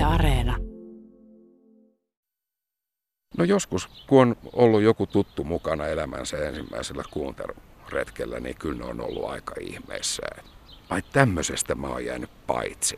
Areena. No joskus, kun on ollut joku tuttu mukana elämänsä ensimmäisellä kuunteluretkellä, niin kyllä ne on ollut aika ihmeessä. Ai tämmöisestä mä oon jäänyt paitsi.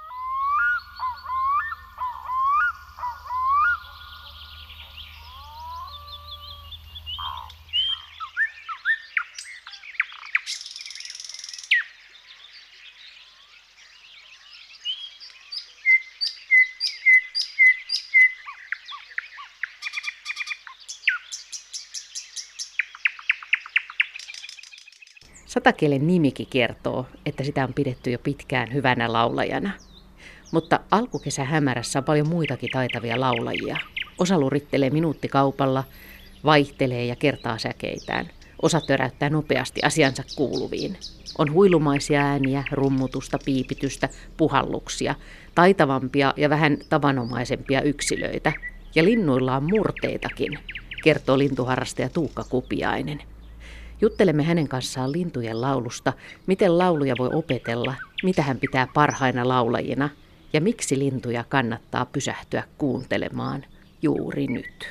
Satakielen nimikin kertoo, että sitä on pidetty jo pitkään hyvänä laulajana. Mutta alkukesän hämärässä on paljon muitakin taitavia laulajia. Osa lurittelee minuuttikaupalla, vaihtelee ja kertaa säkeitään. Osa töräyttää nopeasti asiansa kuuluviin. On huilumaisia ääniä, rummutusta, piipitystä, puhalluksia, taitavampia ja vähän tavanomaisempia yksilöitä. Ja linnuilla on murteitakin, kertoo lintuharrastaja Tuukka Kupiainen. Juttelemme hänen kanssaan lintujen laulusta, miten lauluja voi opetella, mitä hän pitää parhaina laulajina ja miksi lintuja kannattaa pysähtyä kuuntelemaan juuri nyt.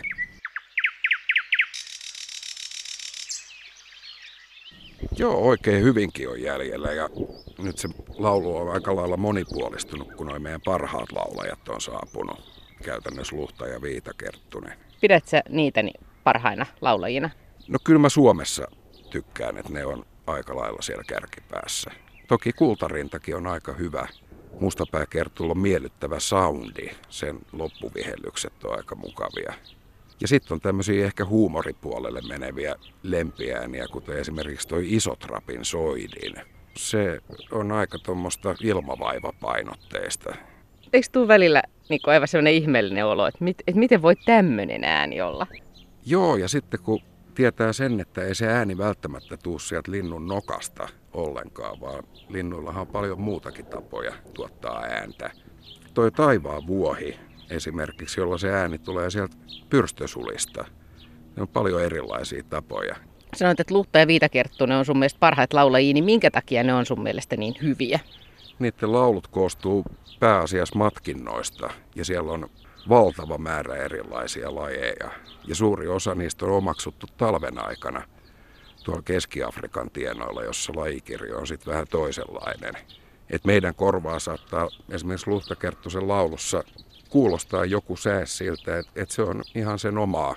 Joo, oikein hyvinkin on jäljellä ja nyt se laulu on aika lailla monipuolistunut, kun noi meidän parhaat laulajat on saapunut. Käytännössä Luhta ja Viita Kerttunen. Pidätkö niitä parhaina laulajina? No kyllä mä Suomessa tykkään, että ne on aika lailla siellä kärkipäässä. Toki Kultarintakin on aika hyvä. Mustapää Kerttulla on miellyttävä soundi. Sen loppuvihellykset on aika mukavia. Ja sitten on tämmöisiä ehkä huumoripuolelle meneviä lempiääniä, kuten esimerkiksi toi Isotrapin soidin. Se on aika tuommoista ilmavaivapainotteista. Eikö tuu välillä aivan sellainen ihmeellinen olo, että miten voi tämmöinen ääni olla? Joo, ja sitten kun tietää sen, että ei se ääni välttämättä tuu sieltä linnun nokasta ollenkaan, vaan linnuillahan on paljon muutakin tapoja tuottaa ääntä. Toi taivaan vuohi esimerkiksi, jolla se ääni tulee sieltä pyrstösulista. Ne on paljon erilaisia tapoja. Sanoit, että Luhta ja Viita Kerttunen on sun mielestä parhaat laulajia, niin minkä takia ne on sun mielestä niin hyviä? Niiden laulut koostuu pääasiassa matkinnoista ja siellä on valtava määrä erilaisia lajeja. Ja suuri osa niistä on omaksuttu talven aikana tuolla Keski-Afrikan tienoilla, jossa lajikirjo on sitten vähän toisenlainen. Et meidän korvaa saattaa esimerkiksi Luhta Kerttusen laulussa kuulostaa joku sää siltä, että se on ihan sen omaa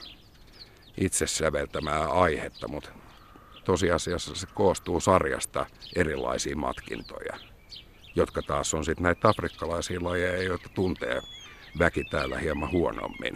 itse säveltämää aihetta, mutta tosiasiassa se koostuu sarjasta erilaisia matkintoja, jotka taas on sitten näitä afrikkalaisia lajeja, joita tuntee väki täällä hieman huonommin.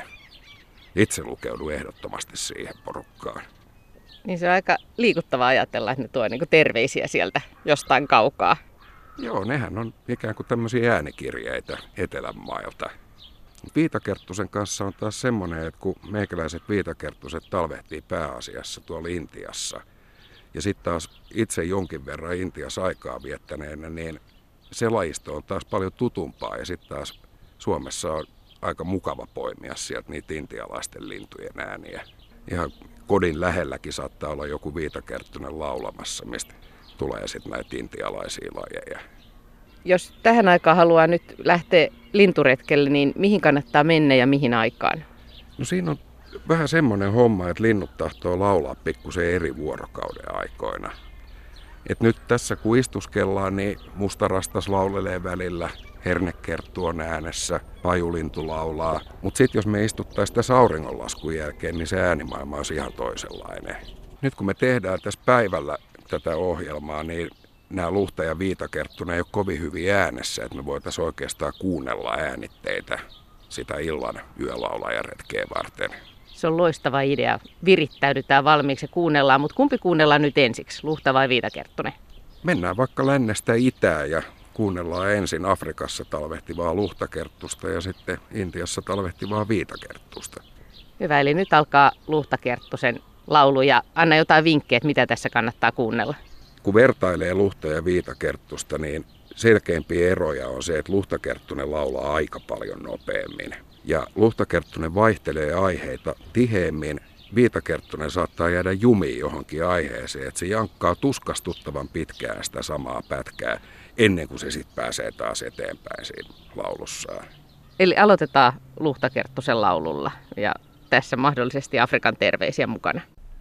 Itse lukeudun ehdottomasti siihen porukkaan. Niin se on aika liikuttavaa ajatella, että ne tuo terveisiä sieltä jostain kaukaa. Joo, nehän on ikään kuin tämmöisiä äänikirjeitä Etelänmailta. Viita Kerttusen kanssa on taas semmoinen, että kun meikäläiset Viita Kerttuset talvehtii pääasiassa tuolla Intiassa, ja sitten taas itse jonkin verran Intiassa aikaa viettäneenä, niin se lajisto on taas paljon tutumpaa, ja sitten taas Suomessa on aika mukava poimia sieltä niitä intialaisten lintujen ääniä. Ihan kodin lähelläkin saattaa olla joku Viita Kerttunen laulamassa, mistä tulee sitten näitä intialaisia lajeja. Jos tähän aikaan haluaa nyt lähteä linturetkelle, niin mihin kannattaa mennä ja mihin aikaan? No siinä on vähän semmoinen homma, että linnut tahtoo laulaa pikkusen eri vuorokauden aikoina. Et nyt tässä kun istuskellaan, niin mustarastas laulelee välillä, hernekerttu on äänessä, pajulintu laulaa. Mutta sitten jos me istuttaisiin tässä auringonlaskun jälkeen, niin se äänimaailma olisi ihan toisenlainen. Nyt kun me tehdään tässä päivällä tätä ohjelmaa, niin nämä Luhta ja Viita Kerttunen ei ole kovin hyvin äänessä, että me voitaisiin oikeastaan kuunnella äänitteitä sitä illan yölaulajaretkeä varten. Se on loistava idea. Virittäydytään valmiiksi ja kuunnellaan, mutta kumpi kuunnellaan nyt ensiksi, Luhta vai Viita Kerttunen? Mennään vaikka lännestä itään ja kuunnellaan ensin Afrikassa talvehtivaa Luhta Kerttusta ja sitten Intiassa talvehtivaa Viita Kerttusta. Hyvä, eli nyt alkaa Luhta Kerttusen laulu ja anna jotain vinkkejä, että mitä tässä kannattaa kuunnella. Kun vertailee Luhta ja Viita Kerttusta, niin selkeimpiä eroja on se, että Luhta Kerttunen laulaa aika paljon nopeammin. Ja Luhta Kerttunen vaihtelee aiheita tiheemmin. Viita Kerttunen saattaa jäädä jumiin johonkin aiheeseen, että se jankkaa tuskastuttavan pitkään sitä samaa pätkää ennen kuin se sitten pääsee taas eteenpäin siinä laulussaan. Eli aloitetaan Luhtakerttusen laululla ja tässä mahdollisesti Afrikan terveisiä mukana.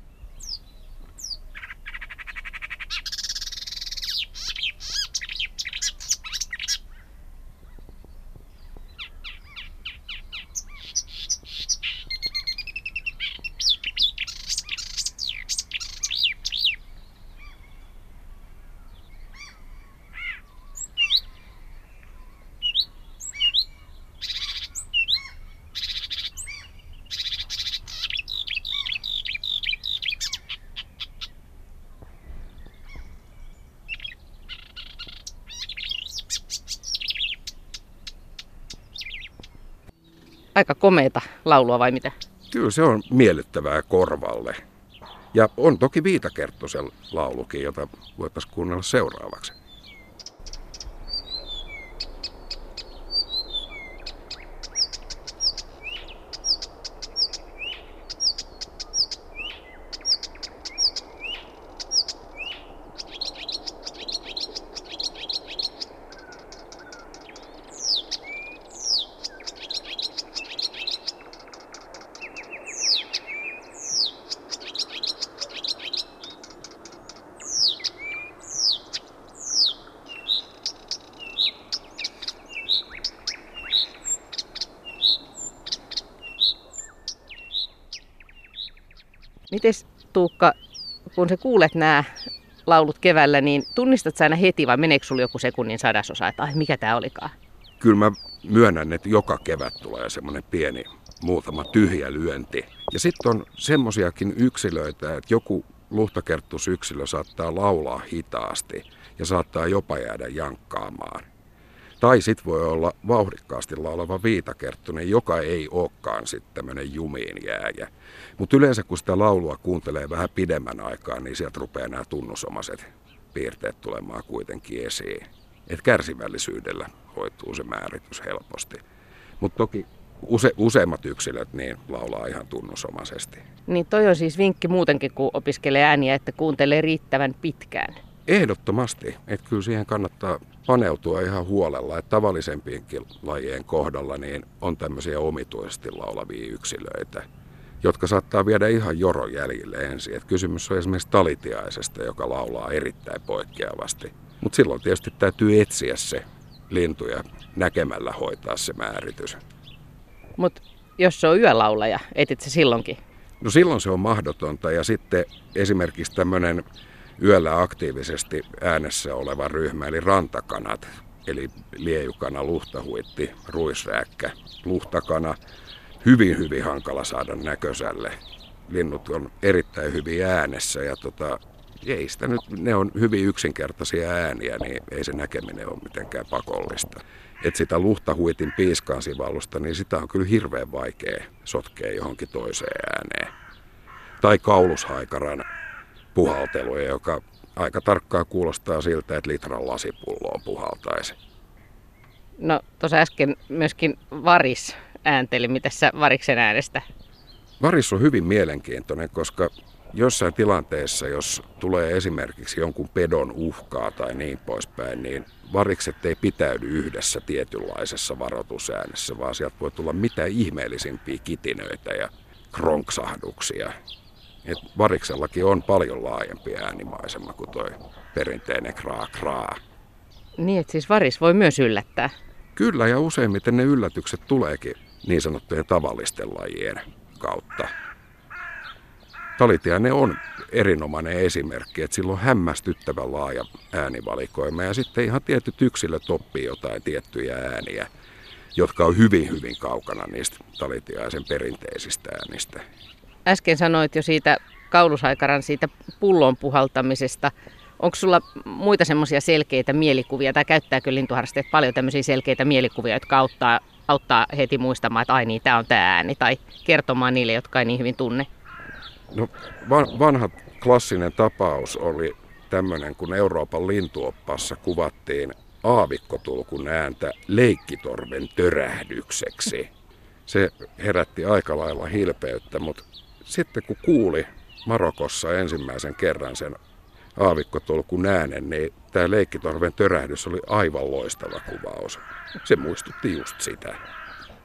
Aika komeeta laulua vai mitä? Kyllä se on miellyttävää korvalle. Ja on toki Viitakerttusen laulukin, jota voitaisiin kuunnella seuraavaksi. Mites Tuukka, kun sä kuulet nämä laulut keväällä, niin tunnistat sä aina heti vai meneekö sulla joku sekunnin sadasosa, että mikä tää olikaan? Kyllä mä myönnän, että joka kevät tulee semmoinen pieni muutama tyhjä lyönti. Ja sitten on semmosiakin yksilöitä, että joku luhtakerttusyksilö saattaa laulaa hitaasti ja saattaa jopa jäädä jankkaamaan. Tai sitten voi olla vauhdikkaasti laulava Viitakerttunen, joka ei olekaan sitten tämmöinen jumiin jääjä. Mutta yleensä kun sitä laulua kuuntelee vähän pidemmän aikaa, niin sieltä rupeaa nämä tunnusomaiset piirteet tulemaan kuitenkin esiin. Et kärsivällisyydellä hoituu se määritys helposti. Mutta toki useimmat yksilöt niin laulaa ihan tunnusomaisesti. Niin toi on siis vinkki muutenkin, kun opiskelee ääniä, että kuuntelee riittävän pitkään. Ehdottomasti, että kyllä siihen kannattaa paneutua ihan huolella, että tavallisempienkin lajien kohdalla niin on tämmöisiä omituisesti laulavia yksilöitä, jotka saattaa viedä ihan joron jäljille ensin. Että kysymys on esimerkiksi talitiaisesta, joka laulaa erittäin poikkeavasti. Mutta silloin tietysti täytyy etsiä se lintu ja näkemällä hoitaa se määritys. Mutta jos se on yölaulaja, etit se silloinkin? No silloin se on mahdotonta ja sitten esimerkiksi tämmöinen yöllä aktiivisesti äänessä oleva ryhmä, eli rantakanat, eli liejukana, luhtahuitti, ruisrääkkä, luhtakana, hyvin hankala saada näkösälle. Linnut on erittäin hyvin äänessä ja ei sitä nyt, ne on hyvin yksinkertaisia ääniä, niin ei se näkeminen ole mitenkään pakollista. Että sitä luhtahuitin piiskaan sivallusta, niin sitä on kyllä hirveän vaikea sotkea johonkin toiseen ääneen. Tai kaulushaikaran puhalteluja, joka aika tarkkaan kuulostaa siltä, että litran lasipulloon puhaltaisi. No tuossa äsken myöskin varis äänteli. Mitäs sä variksen äänestä? Varis on hyvin mielenkiintoinen, koska jossain tilanteessa, jos tulee esimerkiksi jonkun pedon uhkaa tai niin poispäin, niin varikset ei pitäydy yhdessä tietynlaisessa varoitusäänessä, vaan sieltä voi tulla mitä ihmeellisimpiä kitinöitä ja kronksahduksia. Et variksellakin on paljon laajempi äänimaisema kuin tuo perinteinen kraa-kraa. Niin, että siis varis voi myös yllättää. Kyllä, ja useimmiten ne yllätykset tuleekin niin sanottujen tavallisten lajien kautta. Talitiainen on erinomainen esimerkki, että sillä on hämmästyttävän laaja äänivalikoima ja sitten ihan tietyt yksilöt oppii jotain tiettyjä ääniä, jotka on hyvin kaukana niistä talitiaisen perinteisistä äänistä. Äsken sanoit jo siitä kaulushaikaran siitä pullon puhaltamisesta. Onko sulla muita semmoisia selkeitä mielikuvia, tai käyttääkö lintuharrastajat paljon tämmöisiä selkeitä mielikuvia, jotka auttaa heti muistamaan, että ai niin, tämä on tämä ääni, tai kertomaan niille, jotka ei niin hyvin tunne? No, vanha klassinen tapaus oli tämmöinen, kun Euroopan lintuoppassa kuvattiin aavikkotulkun ääntä leikkitorven törähdykseksi. Se herätti aika lailla hilpeyttä, mutta sitten kun kuuli Marokossa ensimmäisen kerran sen aavikkotolkun äänen, niin tämä leikkitorven törähdys oli aivan loistava kuvaus. Se muistutti just sitä.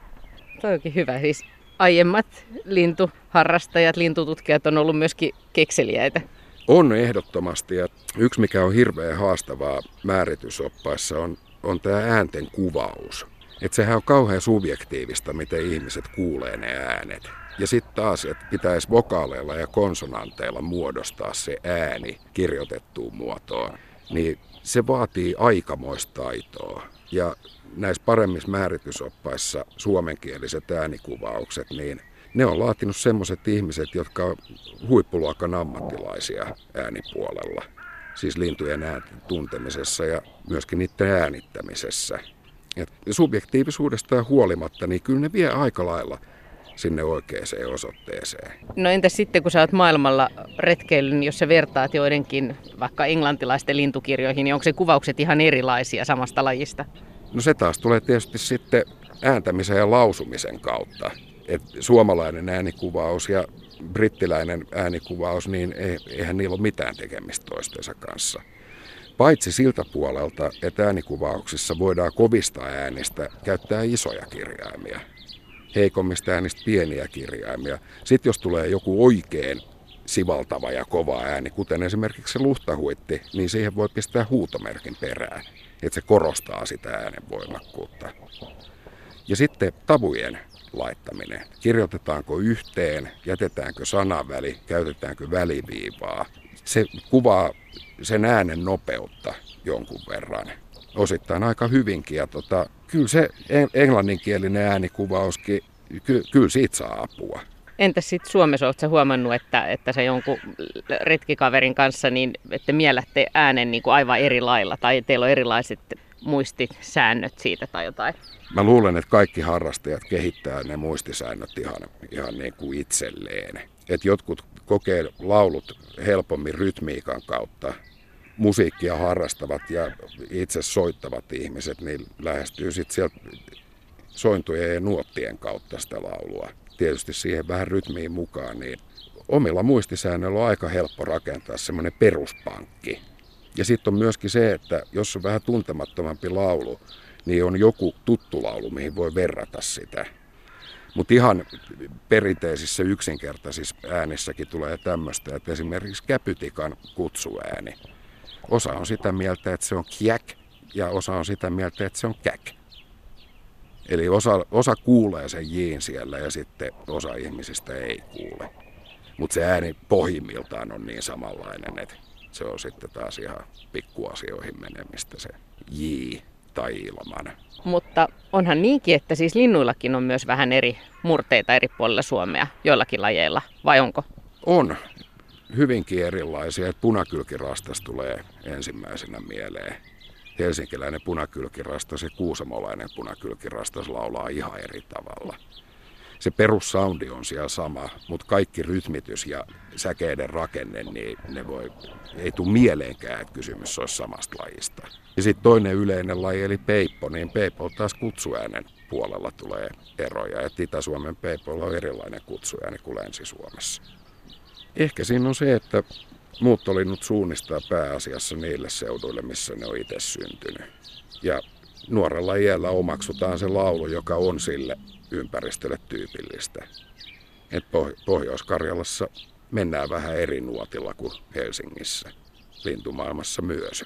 Toi onkin hyvä. Siis aiemmat lintuharrastajat, lintututkijat on ollut myöskin kekseliäitä. On ehdottomasti, ja yksi mikä on hirveän haastavaa määritysoppaissa on tämä äänten kuvaus. Että sehän on kauhean subjektiivista, miten ihmiset kuulee ne äänet. Ja sitten taas, että pitäisi vokaaleilla ja konsonanteilla muodostaa se ääni kirjoitettuun muotoon, niin se vaatii aikamoista taitoa. Ja näissä paremmissa määritysoppaissa suomenkieliset äänikuvaukset, niin ne on laatinut semmoiset ihmiset, jotka on huippuluokan ammattilaisia äänipuolella. Siis lintujen äänten tuntemisessa ja myöskin niiden äänittämisessä. Et subjektiivisuudesta huolimatta, niin kyllä ne vie aika lailla sinne oikeaan osoitteeseen. No entäs sitten, kun sä oot maailmalla retkeillyt, niin jos sä vertaat joidenkin vaikka englantilaisten lintukirjoihin, niin onko se kuvaukset ihan erilaisia samasta lajista? No se taas tulee tietysti sitten ääntämisen ja lausumisen kautta. Et suomalainen äänikuvaus ja brittiläinen äänikuvaus, niin eihän niillä ole mitään tekemistä toistensa kanssa. Paitsi siltä puolelta, että äänikuvauksissa voidaan kovista äänistä käyttää isoja kirjaimia. Heikommista äänistä pieniä kirjaimia. Sitten jos tulee joku oikein sivaltava ja kova ääni, kuten esimerkiksi se luhtahuitti, niin siihen voi pistää huutomerkin perään, että se korostaa sitä äänen voimakkuutta. Ja sitten tavujen laittaminen. Kirjoitetaanko yhteen, jätetäänkö sanaväli, käytetäänkö väliviivaa. Se kuvaa sen äänen nopeutta jonkun verran. Osittain aika hyvinkin. Ja kyllä se englanninkielinen äänikuvauskin, kyllä siitä saa apua. Entäs sitten Suomessa, oletko huomannut, että sä jonkun retkikaverin kanssa, niin että miellätte äänen niin kuin aivan eri lailla, tai teillä on erilaiset muistisäännöt siitä tai jotain? Mä luulen, että kaikki harrastajat kehittää ne muistisäännöt ihan niin kuin itselleen. Että jotkut kokee laulut helpommin rytmiikan kautta. Musiikkia harrastavat ja itse soittavat ihmiset, niin lähestyy sitten sieltä sointujen ja nuottien kautta sitä laulua. Tietysti siihen vähän rytmiin mukaan, niin omilla muistisäännöillä on aika helppo rakentaa semmoinen peruspankki. Ja sitten on myöskin se, että jos on vähän tuntemattomampi laulu, niin on joku tuttu laulu, mihin voi verrata sitä. Mutta ihan perinteisissä yksinkertaisissa äänissäkin tulee tämmöistä, että esimerkiksi käpytikan kutsuääni. Osa on sitä mieltä, että se on kjäk, ja osa on sitä mieltä, että se on käk. Eli osa kuulee sen jiin siellä ja sitten osa ihmisistä ei kuule. Mutta se ääni pohjimmiltaan on niin samanlainen, että se on sitten taas ihan pikkuasioihin menemistä se jii tai ilman. Mutta onhan niinkin, että siis linnuillakin on myös vähän eri murteita eri puolilla Suomea, joillakin lajeilla, vai onko? On hyvinkin erilaisia, että punakylkirastas tulee ensimmäisenä mieleen. Helsinkiläinen punakylkirastas ja kuusamolainen punakylkirastas laulaa ihan eri tavalla. Se perussoundi on siellä sama, mutta kaikki rytmitys ja säkeiden rakenne, niin ei tule mieleenkään, että kysymys olisi samasta lajista. Ja sitten toinen yleinen laji, eli peippo, niin peipo taas kutsuäänen puolella tulee eroja. Että Itä-Suomen peipoilla on erilainen kutsuääni kuin Länsi-Suomessa. Ehkä siinä on se, että muuttolinnut suunnistaa pääasiassa niille seuduille, missä ne on itse syntynyt. Ja nuorella iällä omaksutaan se laulu, joka on sille ympäristölle tyypillistä. Et Pohjois-Karjalassa mennään vähän eri nuotilla kuin Helsingissä, lintumaailmassa myös.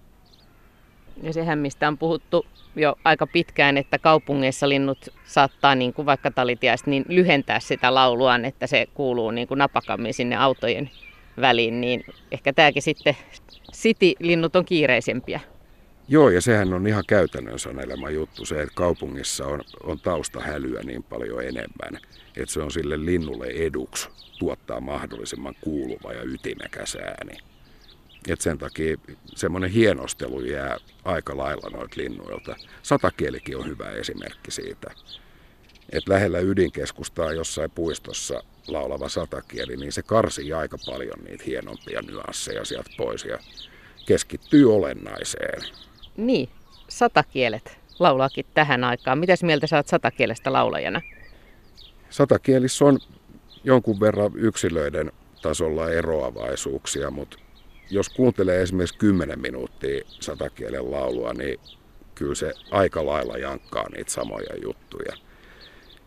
Ja sehän, mistä on puhuttu jo aika pitkään, että kaupungeissa linnut saattaa, niin kuin vaikka talitiaiset, niin lyhentää sitä lauluaan, että se kuuluu niin kuin napakammin sinne autojen väliin, niin ehkä tämäkin sitten city-linnut on kiireisempiä. Joo, ja sehän on ihan käytännön sanelema juttu se, että kaupungissa on taustahälyä niin paljon enemmän, että se on sille linnulle eduksi tuottaa mahdollisimman kuuluva ja ytimekäs ääni. Et sen takia semmoinen hienostelu jää aika lailla noilta linnuilta. Satakielikin on hyvä esimerkki siitä. Et lähellä ydinkeskustaa jossain puistossa laulava satakieli, niin se karsii aika paljon niitä hienompia nyansseja sieltä pois ja keskittyy olennaiseen. Niin, satakielet laulaakin tähän aikaan. Mitäs mieltä sä oot satakielestä laulajana? Satakielissä on jonkun verran yksilöiden tasolla eroavaisuuksia, mutta jos kuuntelee esimerkiksi 10 minuuttia satakielen laulua, niin kyllä se aika lailla jankkaa niitä samoja juttuja.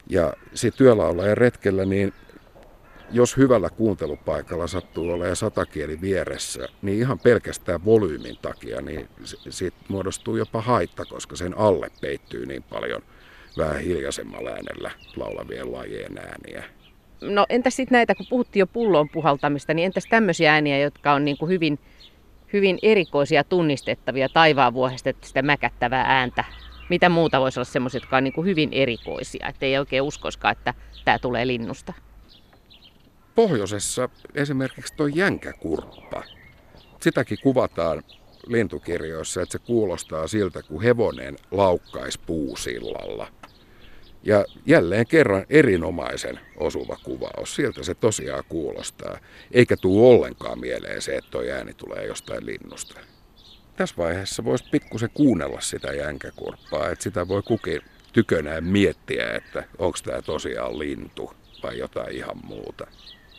Ja sitten yölaulajan retkellä, niin jos hyvällä kuuntelupaikalla sattuu olemaan satakieli vieressä, niin ihan pelkästään volyymin takia niin siitä muodostuu jopa haitta, koska sen alle peittyy niin paljon vähän hiljaisemmalla äänellä laulavien lajien ääniä. No entäs sitten näitä, kun puhuttiin jo pulloon puhaltamista, niin entäs tämmöisiä ääniä, jotka on niin kuin hyvin erikoisia, tunnistettavia taivaanvuohesta, sitä mäkättävää ääntä? Mitä muuta voisi olla semmoisia, jotka on niin kuin hyvin erikoisia, ettei oikein uskoiskaan, että tämä tulee linnusta? Pohjoisessa esimerkiksi tuo jänkäkurppa. Sitäkin kuvataan lintukirjoissa, että se kuulostaa siltä, kun hevonen laukkaisi puusillalla. Ja jälleen kerran erinomaisen osuva kuvaus. Siltä se tosiaan kuulostaa. Eikä tule ollenkaan mieleen se, että tuo ääni tulee jostain linnusta. Tässä vaiheessa voisi pikkusen kuunnella sitä jänkäkurppaa, että sitä voi kukin tykönään miettiä, että onko tämä tosiaan lintu vai jotain ihan muuta.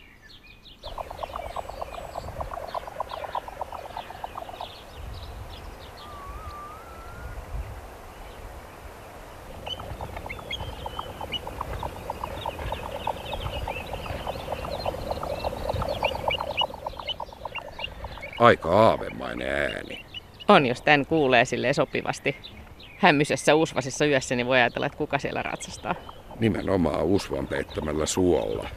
Aika aavemainen ääni. On, jos tämän kuulee silleen sopivasti hämmysessä usvasessa yössä, niin voi ajatella, että kuka siellä ratsastaa. Nimenomaan usvan peittämällä suolla.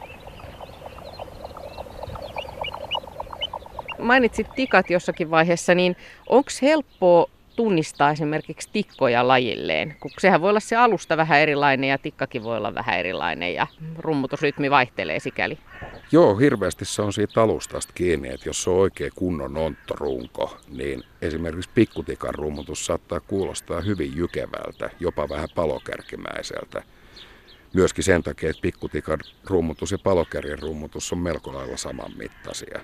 Mainitsit tikat jossakin vaiheessa, niin onko helppoa tunnistaa esimerkiksi tikkoja lajilleen? Kun sehän voi olla se alusta vähän erilainen ja tikkakin voi olla vähän erilainen ja rummutusrytmi vaihtelee sikäli. Joo, hirveästi se on siitä alustasta kiinni, että jos se on oikein kunnon onttorunko, niin esimerkiksi pikkutikan rummutus saattaa kuulostaa hyvin jykevältä, jopa vähän palokärkimäiseltä. Myöskin sen takia, että pikkutikan rummutus ja palokärjen rummutus on melko lailla samanmittaisia.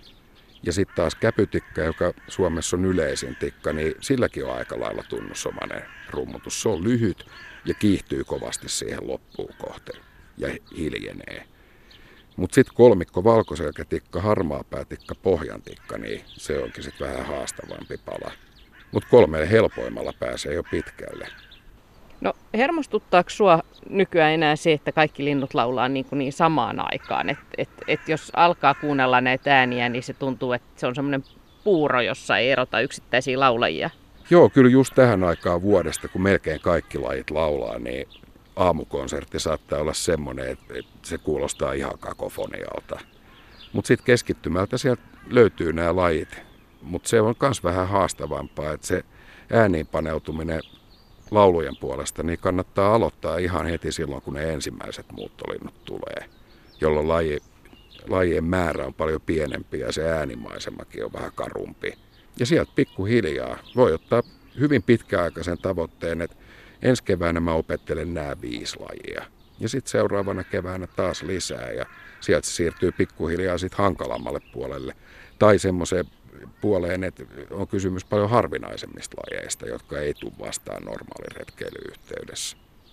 Ja sitten taas käpytikka, joka Suomessa on yleisin tikka, niin silläkin on aika lailla tunnusomainen rummutus. Se on lyhyt ja kiihtyy kovasti siihen loppuun kohti ja hiljenee. Mutta sitten kolmikko, valkoselkätikka, harmaapäätikka, pohjantikka, niin se onkin sitten vähän haastavampi pala. Mutta kolmella helpoimmalla pääsee jo pitkälle. No hermostuttaako sua nykyään enää se, että kaikki linnut laulaa niin samaan aikaan? Et jos alkaa kuunnella näitä ääniä, niin se tuntuu, että se on semmoinen puuro, jossa ei erota yksittäisiä laulajia. Joo, kyllä just tähän aikaan vuodesta, kun melkein kaikki lajit laulaa, niin aamukonsertti saattaa olla semmoinen, että se kuulostaa ihan kakofonialta. Mutta sitten keskittymältä sieltä löytyy nämä lajit. Mutta se on myös vähän haastavampaa, että se ääniin paneutuminen laulujen puolesta niin kannattaa aloittaa ihan heti silloin, kun ne ensimmäiset muuttolinnut tulee, jolloin lajien määrä on paljon pienempi ja se äänimaisemakin on vähän karumpi. Ja sieltä pikkuhiljaa voi ottaa hyvin pitkäaikaisen tavoitteen, että ensi keväänä mä opettelen nämä 5 lajia. Ja sitten seuraavana keväänä taas lisää ja sieltä se siirtyy pikkuhiljaa sitten hankalammalle puolelle. Tai semmoiseen puoleen, että on kysymys paljon harvinaisemmista lajeista, jotka ei tule vastaan normaalin retkeilyyhteydessä.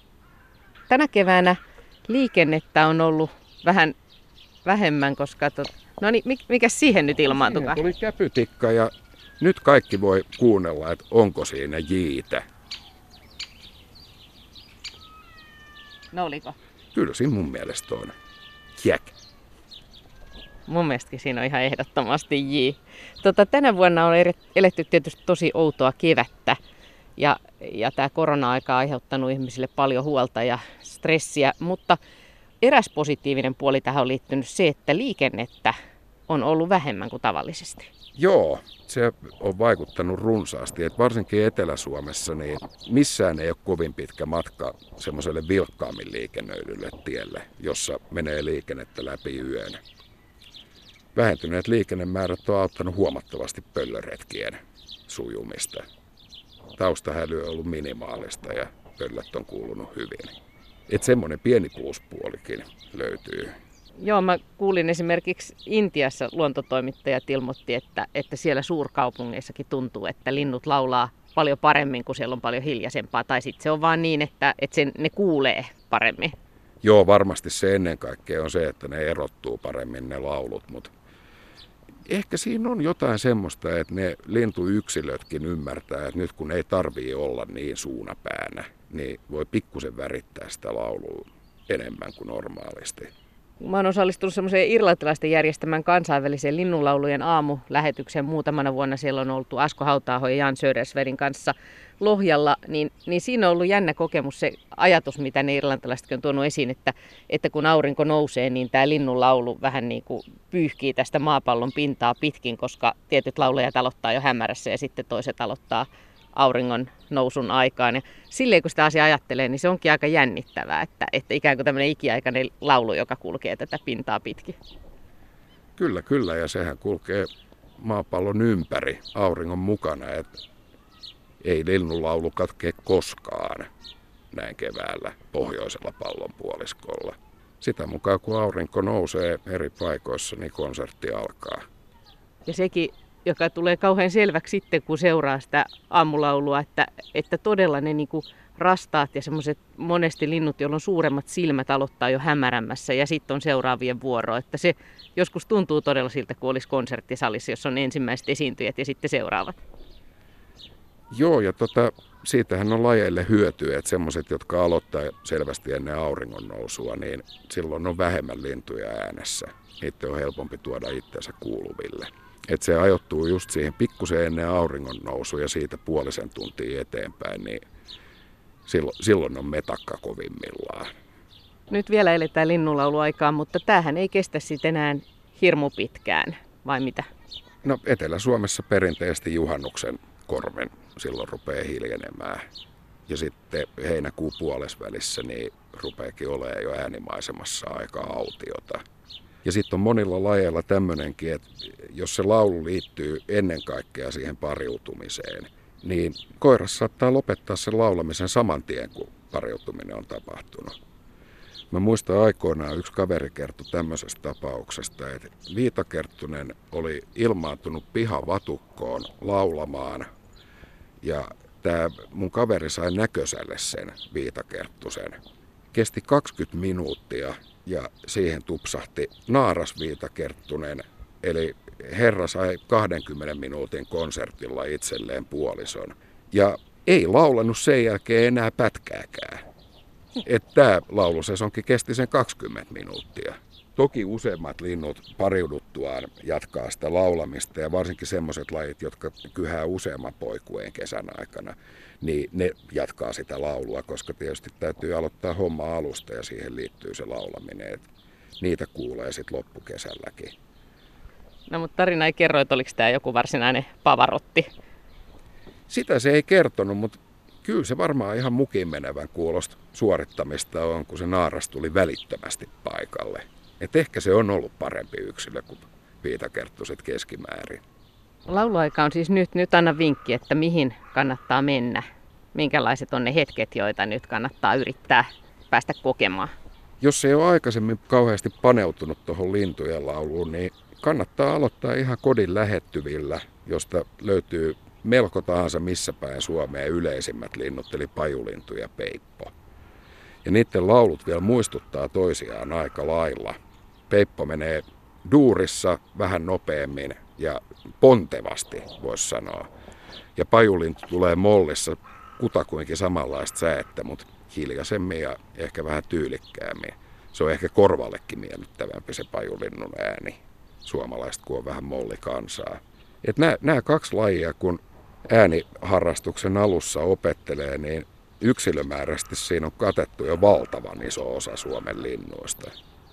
Tänä keväänä liikennettä on ollut vähän vähemmän, koska no niin, mikä siihen nyt ilmaantukaan? Tuli käpytikka ja nyt kaikki voi kuunnella, että onko siinä jiitä. No oliko? Kyllä siinä mun mielestä on. Jäk. Mun mielestäkin siinä on ihan ehdottomasti J. Tänä vuonna on eletty tietysti tosi outoa kevättä ja tämä korona-aika on aiheuttanut ihmisille paljon huolta ja stressiä, mutta eräs positiivinen puoli tähän on liittynyt se, että liikennettä on ollut vähemmän kuin tavallisesti. Joo, se on vaikuttanut runsaasti, että varsinkin Etelä-Suomessa niin missään ei ole kovin pitkä matka semmoiselle vilkkaammin liikennöidylle tielle, jossa menee liikennettä läpi yön. Vähentyneet liikennemäärät on auttanut huomattavasti pöllöretkien sujumista. Taustahäly on ollut minimaalista ja pöllöt on kuulunut hyvin. Että semmoinen pieni pluspuolikin löytyy. Joo, mä kuulin esimerkiksi Intiassa luontotoimittajat ilmoitti, että siellä suurkaupungeissakin tuntuu, että linnut laulaa paljon paremmin, kun siellä on paljon hiljaisempaa. Tai sitten se on vaan niin, että ne kuulee paremmin. Joo, varmasti se ennen kaikkea on se, että ne erottuu paremmin ne laulut, mutta ehkä siinä on jotain semmoista, että ne lintuyksilötkin ymmärtää, että nyt kun ei tarvitse olla niin suunapäänä, niin voi pikkusen värittää sitä laulua enemmän kuin normaalisti. Mä oon osallistunut semmoiseen irlantilaisten järjestämään kansainväliseen linnunlaulujen aamulähetykseen muutamana vuonna. Siellä on oltu Asko Hauta-aho ja Jan Södersvedin kanssa Lohjalla. Niin siinä on ollut jännä kokemus se ajatus, mitä ne irlantilaisetkin on tuonut esiin, että kun aurinko nousee, niin tämä linnunlaulu vähän niin kuin pyyhkii tästä maapallon pintaa pitkin, koska tietyt laulajat aloittaa jo hämärässä ja sitten toiset aloittaa auringon nousun aikaan. Ja silleen kun sitä asiaa ajattelee, niin se onkin aika jännittävää, että ikään kuin tämmöinen ikiaikainen laulu, joka kulkee tätä pintaa pitkin. Kyllä, ja sehän kulkee maapallon ympäri auringon mukana, että ei linnunlaulu katkee koskaan näin keväällä pohjoisella pallonpuoliskolla. Sitä mukaan kun aurinko nousee eri paikoissa, niin konsertti alkaa. Ja sekin, joka tulee kauhean selväksi sitten, kun seuraa sitä aamulaulua, että todella ne niin kuin rastaat ja semmoiset monesti linnut, joilla on suuremmat silmät, aloittaa jo hämärämmässä ja sitten on seuraavien vuoro. Että se joskus tuntuu todella siltä, kun olisi konserttisalissa, jos on ensimmäiset esiintyjät ja sitten seuraavat. Joo, ja siitähän on lajeille hyötyä, että semmoiset, jotka aloittaa selvästi ennen auringon nousua, niin silloin on vähemmän lintuja äänessä. Niitä on helpompi tuoda itsensä kuuluville. Että se ajoittuu just siihen pikkusen ennen auringon nousua ja siitä puolisen tuntia eteenpäin, niin silloin on metakka kovimmillaan. Nyt vielä eletään linnunlauluaikaan, mutta tämähän ei kestä sitten enää hirmu pitkään, vai mitä? No Etelä-Suomessa perinteisesti juhannuksen korven silloin rupeaa hiljenemään. Ja sitten heinäkuun puolesvälissä niin rupeakin olemaan jo äänimaisemassa aika autiota. Ja sitten on monilla lajeilla tämmöinenkin, että jos se laulu liittyy ennen kaikkea siihen pariutumiseen, niin koiras saattaa lopettaa sen laulamisen saman tien, kun pariutuminen on tapahtunut. Mä muistan aikoinaan yksi kaveri kertoi tämmöisestä tapauksesta, että Viitakerttunen oli ilmaantunut pihavatukkoon laulamaan ja tämä mun kaveri sai näkösälle sen Viitakerttusen. Kesti 20 minuuttia ja siihen tupsahti naaras Viitakerttunen, eli herra sai 20 minuutin konsertilla itselleen puolison ja ei laulanut sen jälkeen enää pätkääkään. Että tämä laulusesonki kesti sen 20 minuuttia. Toki useimmat linnut pariuduttuaan jatkaa sitä laulamista ja varsinkin semmoiset lajit, jotka kyhää useamman poikueen kesän aikana, niin ne jatkaa sitä laulua, koska tietysti täytyy aloittaa homma alusta ja siihen liittyy se laulaminen. Et niitä kuulee sitten loppukesälläkin. No mutta tarina ei kerro, että oliko tämä joku varsinainen Pavarotti. Sitä se ei kertonut, mutta kyllä se varmaan ihan mukiin menevän kuulosta suorittamista on, kun se naaras tuli välittömästi paikalle. Et ehkä se on ollut parempi yksilö kuin Viitakerttuset keskimäärin. Lauluaika on siis nyt. Nyt anna vinkki, että mihin kannattaa mennä. Minkälaiset on ne hetket, joita nyt kannattaa yrittää päästä kokemaan. Jos ei ole aikaisemmin kauheasti paneutunut tuohon lintujen lauluun, niin kannattaa aloittaa ihan kodin lähettyvillä, josta löytyy melko tahansa missä päin Suomeen yleisimmät linnut, eli pajulintu ja peippo. Ja niiden laulut vielä muistuttaa toisiaan aika lailla. Peippo menee duurissa vähän nopeammin ja pontevasti, voisi sanoa. Ja pajulintu tulee mollissa kutakuinkin samanlaista säettä, mutta hiljaisemmin ja ehkä vähän tyylikkäämmin. Se on ehkä korvallekin miellyttävämpi se pajulinnun ääni. Suomalaiset, kun on vähän mollikansaa. Nämä kaksi lajia, kun ääniharrastuksen alussa opettelee, niin yksilömääräisesti siinä on katettu jo valtavan iso osa Suomen linnuista.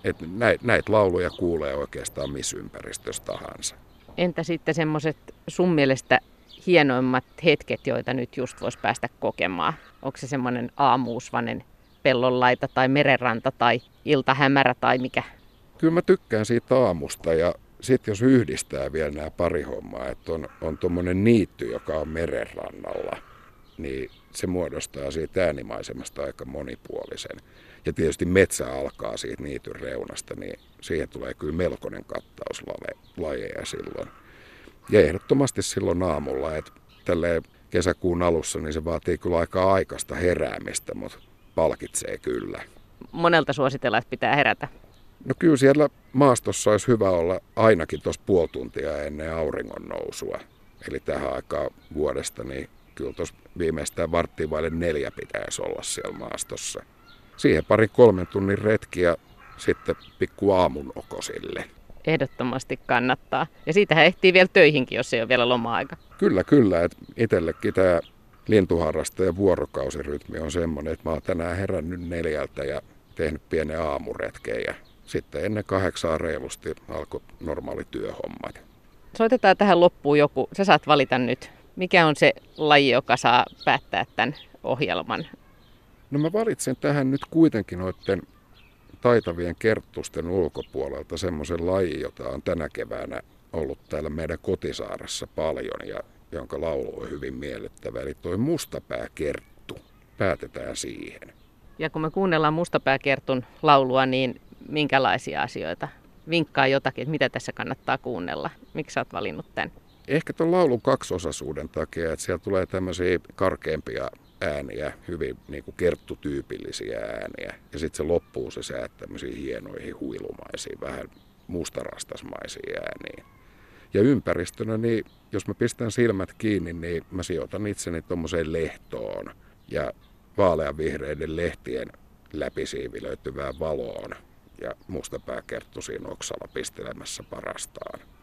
Näitä lauluja kuulee oikeastaan missä ympäristössä tahansa. Entä sitten semmoiset sun mielestä hienoimmat hetket, joita nyt just voisi päästä kokemaan? Onko se semmoinen aamuusvainen pellonlaita tai merenranta tai iltahämärä tai mikä? Kyllä mä tykkään siitä aamusta ja sitten jos yhdistää vielä nämä pari hommaa, että on tuommoinen niitty, joka on merenrannalla, niin se muodostaa siitä äänimaisemasta aika monipuolisen. Ja tietysti metsä alkaa siitä niityn reunasta, niin siihen tulee kyllä melkoinen kattaus lajeja silloin. Ja ehdottomasti silloin aamulla, että tälleen kesäkuun alussa, niin se vaatii kyllä aika aikaista heräämistä, mutta palkitsee kyllä. Monelta suositellaan, että pitää herätä. No kyllä siellä maastossa olisi hyvä olla ainakin tuossa puoli tuntia ennen auringon nousua. Eli tähän aikaan vuodesta, niin kyllä tuossa viimeistään 3:45 pitäisi olla siellä maastossa. siihen 2-3 tunnin retki ja sitten pikku aamunokosille. Ehdottomasti kannattaa. Ja siitähän ehtii vielä töihinkin, jos ei ole vielä loma-aika. Kyllä. Että itsellekin tämä lintuharrastajan vuorokausirytmi on semmoinen, että mä oon tänään herännyt 4 ja tehnyt pienen aamuretken ja sitten ennen 8 reilusti alkoi normaali työhommat. Soitetaan tähän loppuun joku. Sä saat valita nyt. Mikä on se laji, joka saa päättää tämän ohjelman? No mä valitsen tähän nyt kuitenkin noiden taitavien kerttusten ulkopuolelta semmoisen lajin, jota on tänä keväänä ollut täällä meidän kotisaaressa paljon ja jonka laulu on hyvin miellyttävä. Eli toi mustapääkerttu. Päätetään siihen. Ja kun me kuunnellaan mustapääkertun laulua, niin minkälaisia asioita? Vinkkaa jotakin, että mitä tässä kannattaa kuunnella. Miksi sä oot valinnut tämän? Ehkä tuon laulun kaksiosaisuuden takia, että siellä tulee tämmöisiä karkeampia ääniä, hyvin niin kuin kerttutyypillisiä ääniä. Ja sitten se loppuu se säät tämmöisiin hienoihin huilumaisiin, vähän mustarastasmaisiin ääniin. Ja ympäristönä, niin jos mä pistän silmät kiinni, niin mä sijoitan itseni tuommoiseen lehtoon ja vaaleanvihreiden lehtien läpi siivilöityvään valoon ja mustapääkerttu siinä oksalla pistelemässä parastaan.